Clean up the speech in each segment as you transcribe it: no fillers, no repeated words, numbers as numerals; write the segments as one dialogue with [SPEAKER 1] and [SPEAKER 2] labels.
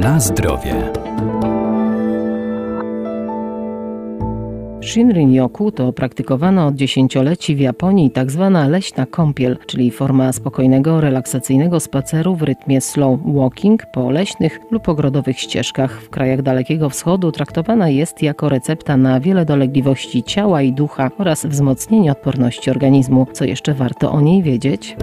[SPEAKER 1] Na zdrowie.
[SPEAKER 2] Shinrin-yoku to praktykowana od dziesięcioleci w Japonii tzw. leśna kąpiel, czyli forma spokojnego, relaksacyjnego spaceru w rytmie slow walking po leśnych lub ogrodowych ścieżkach. W krajach Dalekiego Wschodu traktowana jest jako recepta na wiele dolegliwości ciała i ducha oraz wzmocnienie odporności organizmu. Co jeszcze warto o niej wiedzieć?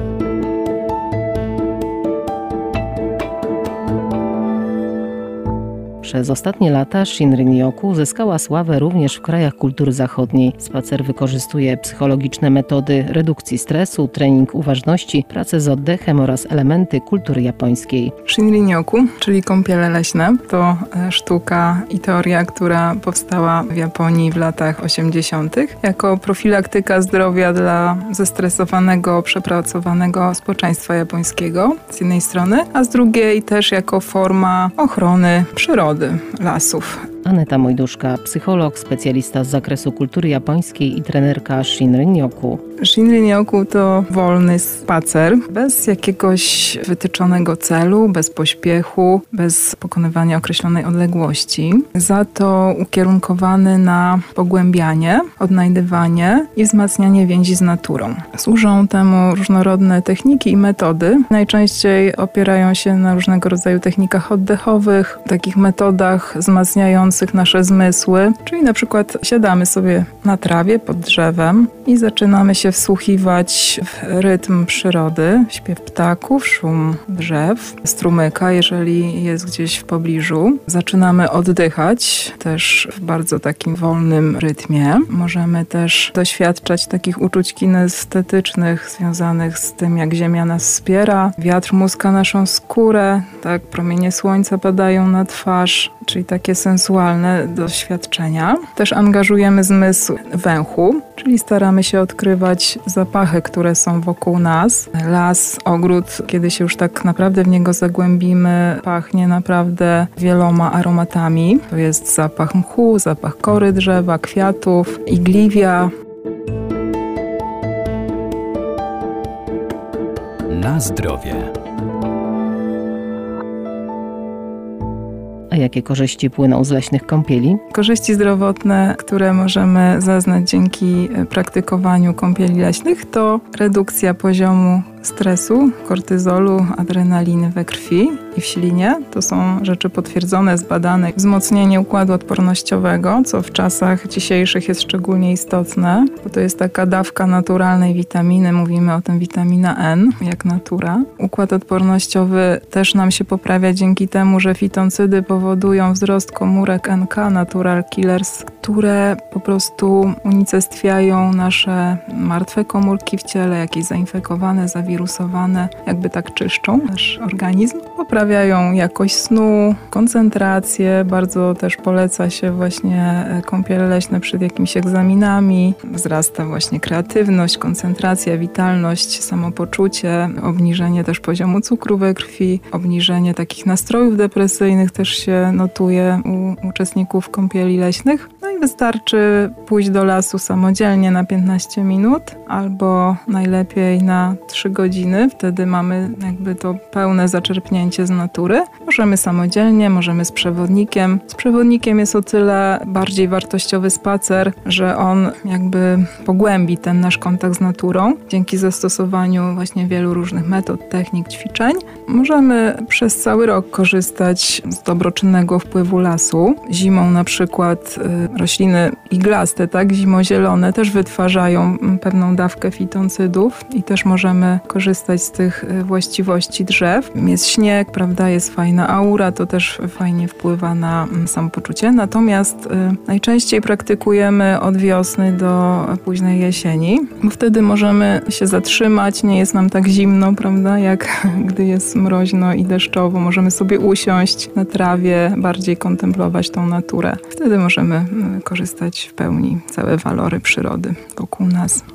[SPEAKER 2] Przez ostatnie lata Shinrin-yoku zyskała sławę również w krajach kultury zachodniej. Spacer wykorzystuje psychologiczne metody redukcji stresu, trening uważności, pracę z oddechem oraz elementy kultury japońskiej.
[SPEAKER 3] Shinrin-yoku, czyli kąpiele leśne, to sztuka i teoria, która powstała w Japonii w latach 80. jako profilaktyka zdrowia dla zestresowanego, przepracowanego społeczeństwa japońskiego z jednej strony, a z drugiej też jako forma ochrony przyrody, lasów.
[SPEAKER 2] Aneta Mojduszka, psycholog, specjalista z zakresu kultury japońskiej i trenerka Shinrin-yoku.
[SPEAKER 3] Shinrin-yoku to wolny spacer, bez jakiegoś wytyczonego celu, bez pośpiechu, bez pokonywania określonej odległości. Za to ukierunkowany na pogłębianie, odnajdywanie i wzmacnianie więzi z naturą. Służą temu różnorodne techniki i metody. Najczęściej opierają się na różnego rodzaju technikach oddechowych, takich metodach wzmacniających nasze zmysły, czyli na przykład siadamy sobie na trawie pod drzewem i zaczynamy się wsłuchiwać w rytm przyrody, śpiew ptaków, szum drzew, strumyka, jeżeli jest gdzieś w pobliżu. Zaczynamy oddychać też w bardzo takim wolnym rytmie. Możemy też doświadczać takich uczuć kinestetycznych związanych z tym, jak ziemia nas wspiera, wiatr muska naszą skórę, tak, promienie słońca padają na twarz, czyli takie sensualne doświadczenia. Też angażujemy zmysł węchu, czyli staramy się odkrywać zapachy, które są wokół nas. Las, ogród, kiedy się już tak naprawdę w niego zagłębimy, pachnie naprawdę wieloma aromatami. To jest zapach mchu, zapach kory drzewa, kwiatów, igliwia.
[SPEAKER 1] Na zdrowie.
[SPEAKER 2] A jakie korzyści płyną z leśnych kąpieli?
[SPEAKER 3] Korzyści zdrowotne, które możemy zaznać dzięki praktykowaniu kąpieli leśnych, to redukcja poziomu stresu, kortyzolu, adrenaliny we krwi i w ślinie. To są rzeczy potwierdzone, zbadane. Wzmocnienie układu odpornościowego, co w czasach dzisiejszych jest szczególnie istotne, bo to jest taka dawka naturalnej witaminy. Mówimy o tym witamina N, jak natura. Układ odpornościowy też nam się poprawia dzięki temu, że fitoncydy powodują wzrost komórek NK, natural killers, które po prostu unicestwiają nasze martwe komórki w ciele, jakieś zainfekowane, zawirusowane, jakby tak czyszczą nasz organizm. Poprawiają jakość snu, koncentrację. Bardzo też poleca się właśnie kąpiele leśne przed jakimiś egzaminami. Wzrasta właśnie kreatywność, koncentracja, witalność, samopoczucie, obniżenie też poziomu cukru we krwi, obniżenie takich nastrojów depresyjnych też się notuje u uczestników kąpieli leśnych. No i wystarczy pójść do lasu samodzielnie na 15 minut albo najlepiej na 3 godziny. Wtedy mamy jakby to pełne zaczerpnięcie z natury. Możemy samodzielnie, możemy z przewodnikiem. Z przewodnikiem jest o tyle bardziej wartościowy spacer, że on jakby pogłębi ten nasz kontakt z naturą. Dzięki zastosowaniu właśnie wielu różnych metod, technik, ćwiczeń możemy przez cały rok korzystać z dobroczynnego wpływu lasu. Zimą na przykład rośliny iglaste, tak, zimozielone też wytwarzają pewną dawkę fitoncydów i też możemy korzystać z tych właściwości drzew. Jest śnieg, prawda, jest fajna aura, to też fajnie wpływa na samopoczucie. Natomiast najczęściej praktykujemy od wiosny do późnej jesieni, bo wtedy możemy się zatrzymać, nie jest nam tak zimno, prawda, jak gdy jest mroźno i deszczowo. Możemy sobie usiąść na trawie, bardziej kontemplować tą naturę. Wtedy możemy korzystać w pełni całe walory przyrody wokół nas.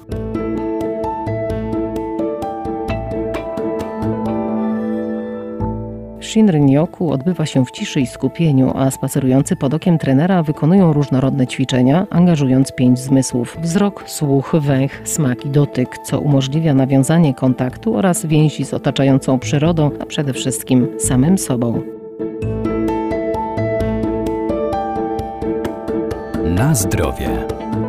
[SPEAKER 2] Shinrin-yoku odbywa się w ciszy i skupieniu, a spacerujący pod okiem trenera wykonują różnorodne ćwiczenia, angażując 5 zmysłów: wzrok, słuch, węch, smak i dotyk, co umożliwia nawiązanie kontaktu oraz więzi z otaczającą przyrodą, a przede wszystkim samym sobą.
[SPEAKER 1] Na zdrowie.